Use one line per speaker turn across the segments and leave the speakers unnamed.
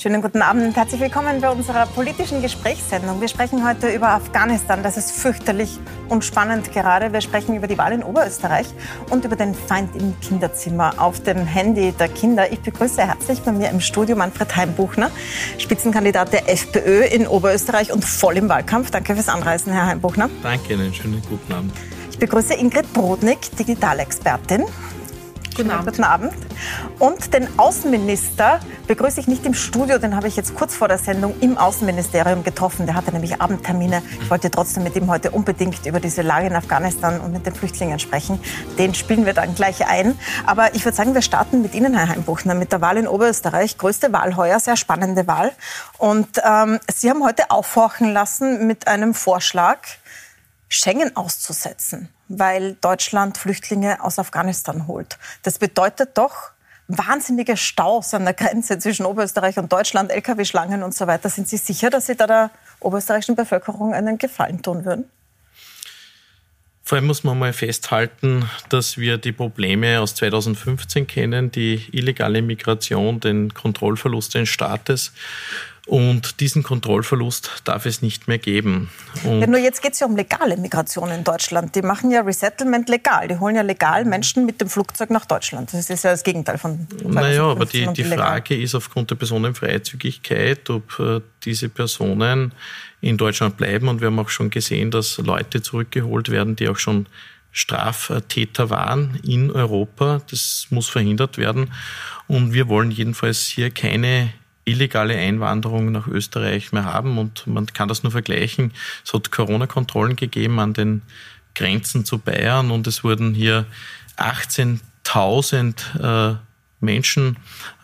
Schönen guten Abend und herzlich willkommen bei unserer politischen Gesprächssendung. Wir sprechen heute über Afghanistan. Das ist fürchterlich und spannend gerade. Wir sprechen über die Wahl in Oberösterreich und über den Feind im Kinderzimmer auf dem Handy der Kinder. Ich begrüße herzlich bei mir im Studio Manfred Heimbuchner, Spitzenkandidat der FPÖ in Oberösterreich und voll im Wahlkampf. Danke fürs Anreisen, Herr Heimbuchner.
Danke, einen schönen guten Abend.
Ich begrüße Ingrid Brodnik, Digitalexpertin. Guten Abend. Und den Außenminister begrüße ich nicht im Studio, den habe ich jetzt kurz vor der Sendung im Außenministerium getroffen. Der hatte nämlich Abendtermine. Ich wollte trotzdem mit ihm heute unbedingt über diese Lage in Afghanistan und mit den Flüchtlingen sprechen. Den spielen wir dann gleich ein. Aber ich würde sagen, wir starten mit Ihnen, Herr Heimbuchner, mit der Wahl in Oberösterreich. Größte Wahl heuer, sehr spannende Wahl. Und Sie haben heute aufhorchen lassen mit einem Vorschlag, Schengen auszusetzen, weil Deutschland Flüchtlinge aus Afghanistan holt. Das bedeutet doch wahnsinnige Staus an der Grenze zwischen Oberösterreich und Deutschland, Lkw-Schlangen und so weiter. Sind Sie sicher, dass Sie da der oberösterreichischen Bevölkerung einen Gefallen tun würden?
Vor allem muss man mal festhalten, dass wir die Probleme aus 2015 kennen, die illegale Migration, den Kontrollverlust des Staates. Und diesen Kontrollverlust darf es nicht mehr geben.
Ja, nur jetzt geht es ja um legale Migration in Deutschland. Die machen ja Resettlement legal. Die holen ja legal Menschen mit dem Flugzeug nach Deutschland. Das ist ja das Gegenteil von 2015.
Naja, aber die Frage ist aufgrund der Personenfreizügigkeit, ob diese Personen in Deutschland bleiben. Und wir haben auch schon gesehen, dass Leute zurückgeholt werden, die auch schon Straftäter waren in Europa. Das muss verhindert werden. Und wir wollen jedenfalls hier keine illegale Einwanderung nach Österreich mehr haben. Und man kann das nur vergleichen. Es hat Corona-Kontrollen gegeben an den Grenzen zu Bayern und es wurden hier 18.000 Menschen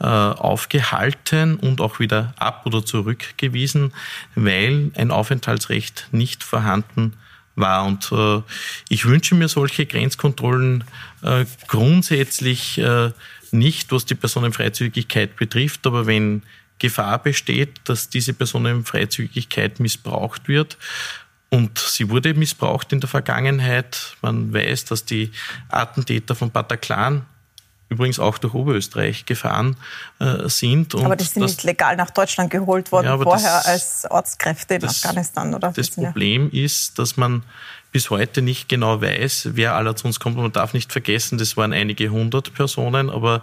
aufgehalten und auch wieder ab- oder zurückgewiesen, weil ein Aufenthaltsrecht nicht vorhanden war. Und ich wünsche mir solche Grenzkontrollen grundsätzlich nicht, was die Personenfreizügigkeit betrifft, aber wenn Gefahr besteht, dass diese Personenfreizügigkeit missbraucht wird. Und sie wurde missbraucht in der Vergangenheit. Man weiß, dass die Attentäter von Bataclan übrigens auch durch Oberösterreich gefahren sind. Und
aber die sind nicht legal nach Deutschland geholt worden, ja, vorher als Ortskräfte in Afghanistan, oder?
Das Problem ist, dass man bis heute nicht genau weiß, wer aller zu uns kommt. Man darf nicht vergessen, das waren einige 100 Personen, aber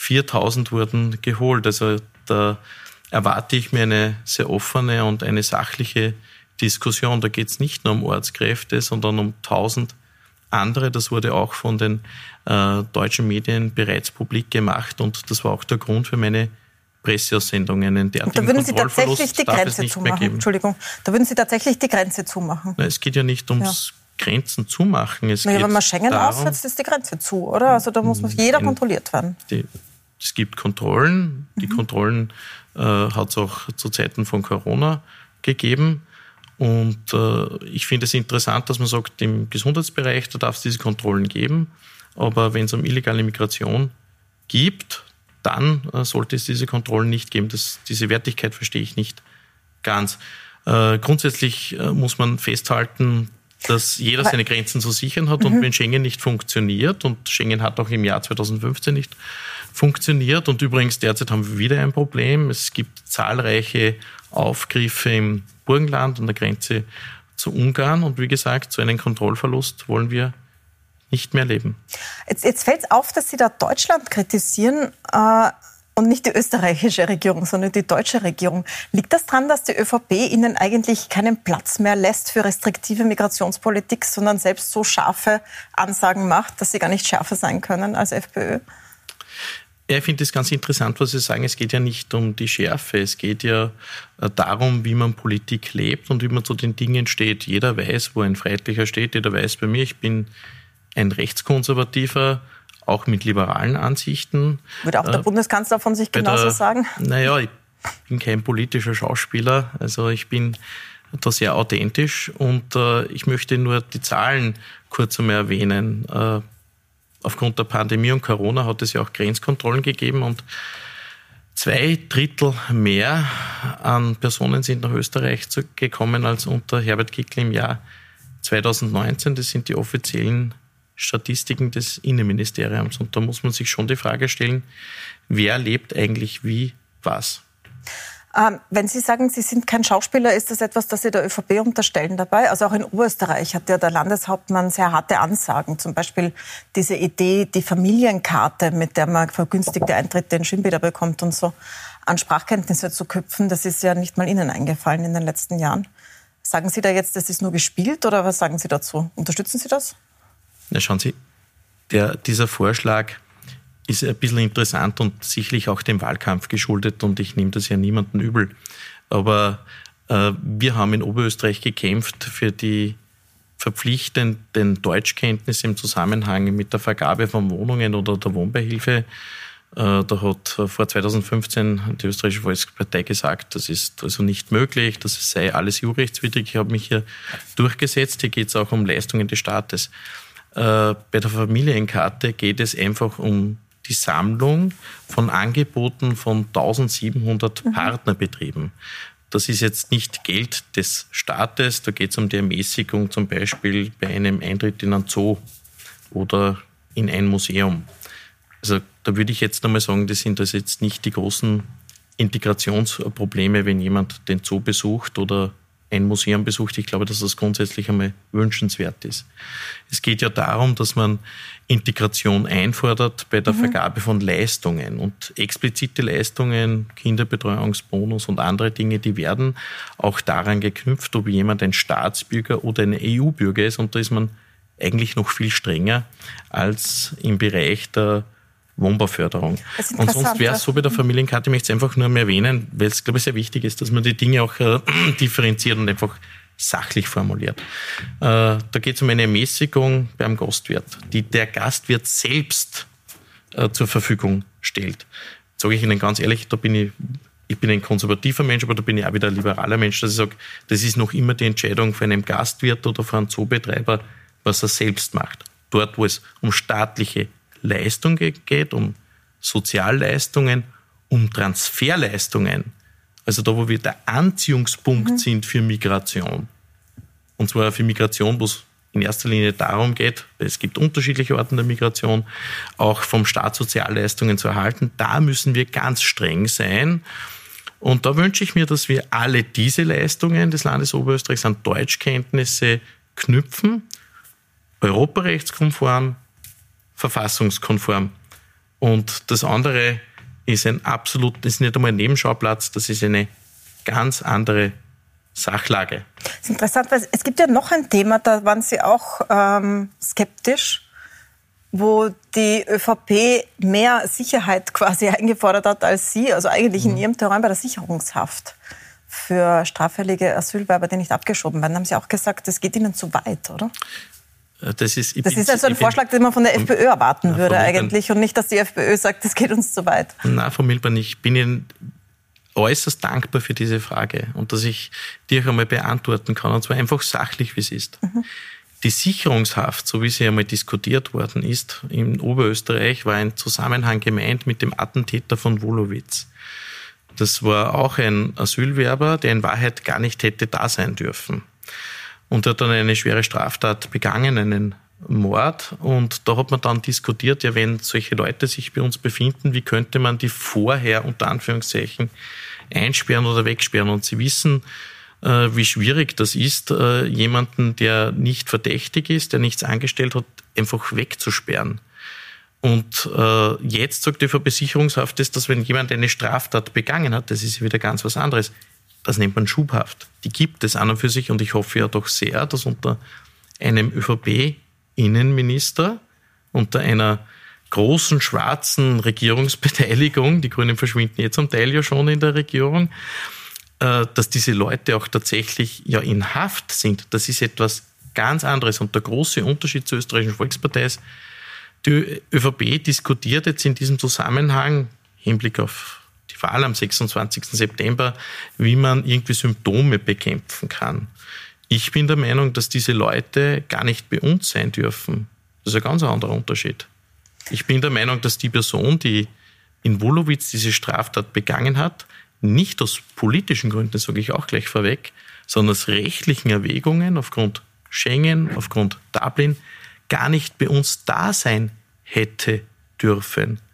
4.000 wurden geholt. Also da erwarte ich mir eine sehr offene und eine sachliche Diskussion. Da geht es nicht nur um Ortskräfte, sondern um 1.000 andere. Das wurde auch von den deutschen Medien bereits publik gemacht und das war auch der Grund für meine Presseaussendungen. Einen derartigen Kontrollverlust darf es nicht mehr geben.
Entschuldigung, da würden Sie tatsächlich die Grenze zumachen?
Na, es geht ja nicht ums Grenzen zumachen.
Wenn man Schengen aussetzt, ist die Grenze zu, oder? Also da muss jeder kontrolliert werden.
Es gibt Kontrollen. Die Kontrollen hat es auch zu Zeiten von Corona gegeben. Und ich finde es interessant, dass man sagt, im Gesundheitsbereich, da darf es diese Kontrollen geben. Aber wenn es um illegale Migration gibt, dann sollte es diese Kontrollen nicht geben. Diese Wertigkeit verstehe ich nicht ganz. Grundsätzlich muss man festhalten, dass jeder seine Grenzen zu sichern hat. Und wenn Schengen nicht funktioniert, und Schengen hat auch im Jahr 2015 nicht funktioniert, und übrigens derzeit haben wir wieder ein Problem. Es gibt zahlreiche Aufgriffe im Burgenland an der Grenze zu Ungarn. Und wie gesagt, so einen Kontrollverlust wollen wir nicht mehr erleben.
Jetzt fällt es auf, dass Sie da Deutschland kritisieren und nicht die österreichische Regierung, sondern die deutsche Regierung. Liegt das daran, dass die ÖVP Ihnen eigentlich keinen Platz mehr lässt für restriktive Migrationspolitik, sondern selbst so scharfe Ansagen macht, dass Sie gar nicht schärfer sein können als FPÖ?
Ja, ich finde es ganz interessant, was Sie sagen. Es geht ja nicht um die Schärfe. Es geht ja darum, wie man Politik lebt und wie man zu den Dingen steht. Jeder weiß, wo ein Freiheitlicher steht. Jeder weiß bei mir, ich bin ein Rechtskonservativer, auch mit liberalen Ansichten. Würde
auch der Bundeskanzler von sich genauso sagen?
Naja, ich bin kein politischer Schauspieler. Also ich bin da sehr authentisch und ich möchte nur die Zahlen kurz einmal erwähnen. Aufgrund der Pandemie und Corona hat es ja auch Grenzkontrollen gegeben und 2/3 mehr an Personen sind nach Österreich gekommen als unter Herbert Kickl im Jahr 2019. Das sind die offiziellen Statistiken des Innenministeriums. Und da muss man sich schon die Frage stellen, wer lebt eigentlich wie was?
Wenn Sie sagen, Sie sind kein Schauspieler, ist das etwas, das Sie der ÖVP unterstellen dabei? Also auch in Oberösterreich hat ja der Landeshauptmann sehr harte Ansagen. Zum Beispiel diese Idee, die Familienkarte, mit der man vergünstigte Eintritte in Schwimmbäder bekommt und so, an Sprachkenntnisse zu knüpfen. Das ist ja nicht mal Ihnen eingefallen in den letzten Jahren. Sagen Sie da jetzt, das ist nur gespielt oder was sagen Sie dazu? Unterstützen Sie das?
Na, schauen Sie, dieser Vorschlag ist ein bisschen interessant und sicherlich auch dem Wahlkampf geschuldet und ich nehme das ja niemandem übel. Aber wir haben in Oberösterreich gekämpft für die verpflichtenden Deutschkenntnisse im Zusammenhang mit der Vergabe von Wohnungen oder der Wohnbeihilfe. Da hat vor 2015 die Österreichische Volkspartei gesagt, das ist also nicht möglich, das sei alles EU-rechtswidrig. Ich habe mich hier durchgesetzt. Hier geht es auch um Leistungen des Staates. Bei der Familienkarte geht es einfach um die Sammlung von Angeboten von 1700 Partnerbetrieben. Das ist jetzt nicht Geld des Staates, da geht es um die Ermäßigung zum Beispiel bei einem Eintritt in ein Zoo oder in ein Museum. Also da würde ich jetzt einmal sagen, das sind also jetzt nicht die großen Integrationsprobleme, wenn jemand den Zoo besucht oder ein Museum besucht. Ich glaube, dass das grundsätzlich einmal wünschenswert ist. Es geht ja darum, dass man Integration einfordert bei der Vergabe von Leistungen und explizite Leistungen, Kinderbetreuungsbonus und andere Dinge, die werden auch daran geknüpft, ob jemand ein Staatsbürger oder ein EU-Bürger ist. Und da ist man eigentlich noch viel strenger als im Bereich der Wohnbauförderung. Und sonst wäre es so bei der Familienkarte, ich möchte es einfach nur mehr erwähnen, weil es, glaube ich, sehr wichtig ist, dass man die Dinge auch differenziert und einfach sachlich formuliert. Da geht es um eine Ermäßigung beim Gastwirt, die der Gastwirt selbst zur Verfügung stellt. Jetzt sage ich Ihnen ganz ehrlich, da bin ich bin ein konservativer Mensch, aber da bin ich auch wieder ein liberaler Mensch, dass ich sage, das ist noch immer die Entscheidung von einem Gastwirt oder von einem Zoobetreiber, was er selbst macht. Dort, wo es um staatliche Leistung geht, um Sozialleistungen, um Transferleistungen, also da, wo wir der Anziehungspunkt sind für Migration. Und zwar für Migration, wo es in erster Linie darum geht, es gibt unterschiedliche Arten der Migration, auch vom Staat Sozialleistungen zu erhalten. Da müssen wir ganz streng sein. Und da wünsche ich mir, dass wir alle diese Leistungen des Landes Oberösterreichs an Deutschkenntnisse knüpfen, europarechtskonform, verfassungskonform. Und das andere ist das ist nicht einmal ein Nebenschauplatz, das ist eine ganz andere Sachlage.
Das ist interessant, weil es gibt ja noch ein Thema, da waren Sie auch skeptisch, wo die ÖVP mehr Sicherheit quasi eingefordert hat als Sie, also eigentlich in Ihrem Terrain bei der Sicherungshaft für straffällige Asylbewerber, die nicht abgeschoben werden. Da haben Sie auch gesagt, das geht Ihnen zu weit, oder? Das ist also ein Vorschlag, den man von der FPÖ erwarten würde eigentlich und nicht, dass die FPÖ sagt, das geht uns zu weit.
Nein, Frau Milborn, ich bin Ihnen äußerst dankbar für diese Frage und dass ich die auch einmal beantworten kann, und zwar einfach sachlich, wie es ist. Die Sicherungshaft, so wie sie einmal diskutiert worden ist, in Oberösterreich war ein Zusammenhang gemeint mit dem Attentäter von Wolowitz. Das war auch ein Asylwerber, der in Wahrheit gar nicht hätte da sein dürfen. Und er hat dann eine schwere Straftat begangen, einen Mord. Und da hat man dann diskutiert, ja, wenn solche Leute sich bei uns befinden, wie könnte man die vorher unter Anführungszeichen einsperren oder wegsperren? Und Sie wissen, wie schwierig das ist, jemanden, der nicht verdächtig ist, der nichts angestellt hat, einfach wegzusperren. Und jetzt sagt die ÖVP, Sicherungshaft ist, dass wenn jemand eine Straftat begangen hat, das ist wieder ganz was anderes. Das nennt man Schubhaft. Die gibt es an und für sich und ich hoffe ja doch sehr, dass unter einem ÖVP-Innenminister, unter einer großen schwarzen Regierungsbeteiligung, die Grünen verschwinden jetzt zum Teil ja schon in der Regierung, dass diese Leute auch tatsächlich ja in Haft sind. Das ist etwas ganz anderes. Und der große Unterschied zur österreichischen Volkspartei ist, die ÖVP diskutiert jetzt in diesem Zusammenhang, im Hinblick auf die Wahl am 26. September, wie man irgendwie Symptome bekämpfen kann. Ich bin der Meinung, dass diese Leute gar nicht bei uns sein dürfen. Das ist ein ganz anderer Unterschied. Ich bin der Meinung, dass die Person, die in Wolowitz diese Straftat begangen hat, nicht aus politischen Gründen, das sage ich auch gleich vorweg, sondern aus rechtlichen Erwägungen aufgrund Schengen, aufgrund Dublin, gar nicht bei uns da sein hätte dürfen.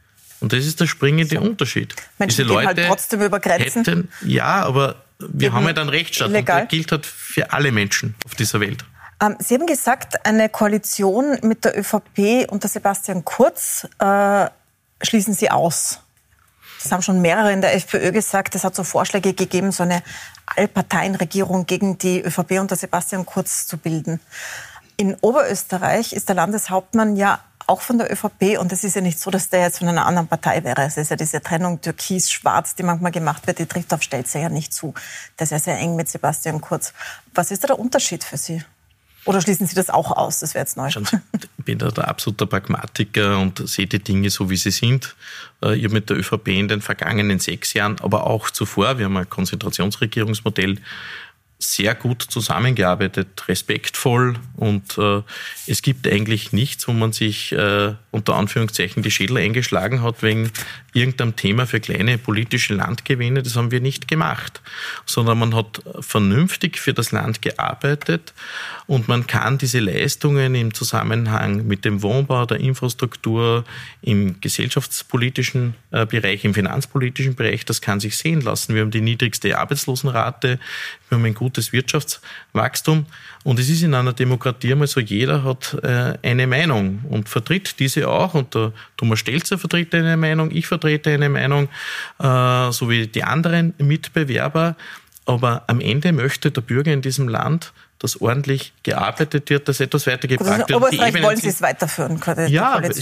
Und das ist der springende Unterschied.
Menschen
Diese Leute
halt trotzdem über Grenzen.
aber wir haben halt einen Rechtsstaat
illegal.
Und der gilt halt für alle Menschen auf dieser Welt.
Sie haben gesagt, eine Koalition mit der ÖVP unter Sebastian Kurz schließen Sie aus. Das haben schon mehrere in der FPÖ gesagt. Es hat so Vorschläge gegeben, so eine Allparteienregierung gegen die ÖVP unter Sebastian Kurz zu bilden. In Oberösterreich ist der Landeshauptmann ja auch von der ÖVP und es ist ja nicht so, dass der jetzt von einer anderen Partei wäre. Es ist ja diese Trennung türkis-schwarz, die manchmal gemacht wird, die trifft auf Stelzer ja nicht zu. Das ist ja sehr eng mit Sebastian Kurz. Was ist da der Unterschied für Sie? Oder schließen Sie das auch aus? Das wäre jetzt neu.
Ich bin da der absolute Pragmatiker und sehe die Dinge so, wie sie sind. Ich habe mit der ÖVP in den vergangenen 6 Jahren, aber auch zuvor, wir haben ein Konzentrationsregierungsmodell, sehr gut zusammengearbeitet, respektvoll und es gibt eigentlich nichts, wo man sich unter Anführungszeichen die Schädel eingeschlagen hat wegen irgendeinem Thema für kleine politische Landgewinne. Das haben wir nicht gemacht, sondern man hat vernünftig für das Land gearbeitet und man kann diese Leistungen im Zusammenhang mit dem Wohnbau, der Infrastruktur, im gesellschaftspolitischen Bereich, im finanzpolitischen Bereich, das kann sich sehen lassen. Wir haben die niedrigste Arbeitslosenrate, wir haben ein gutes Wirtschaftswachstum und es ist in einer Demokratie einmal so, jeder hat eine Meinung und vertritt diese auch und der Thomas Stelzer vertritt eine Meinung, ich vertrete eine Meinung, so wie die anderen Mitbewerber, aber am Ende möchte der Bürger in diesem Land, dass ordentlich gearbeitet wird, dass etwas weitergebracht wird.
Oberösterreich wollen Sie es weiterführen?
Ja, es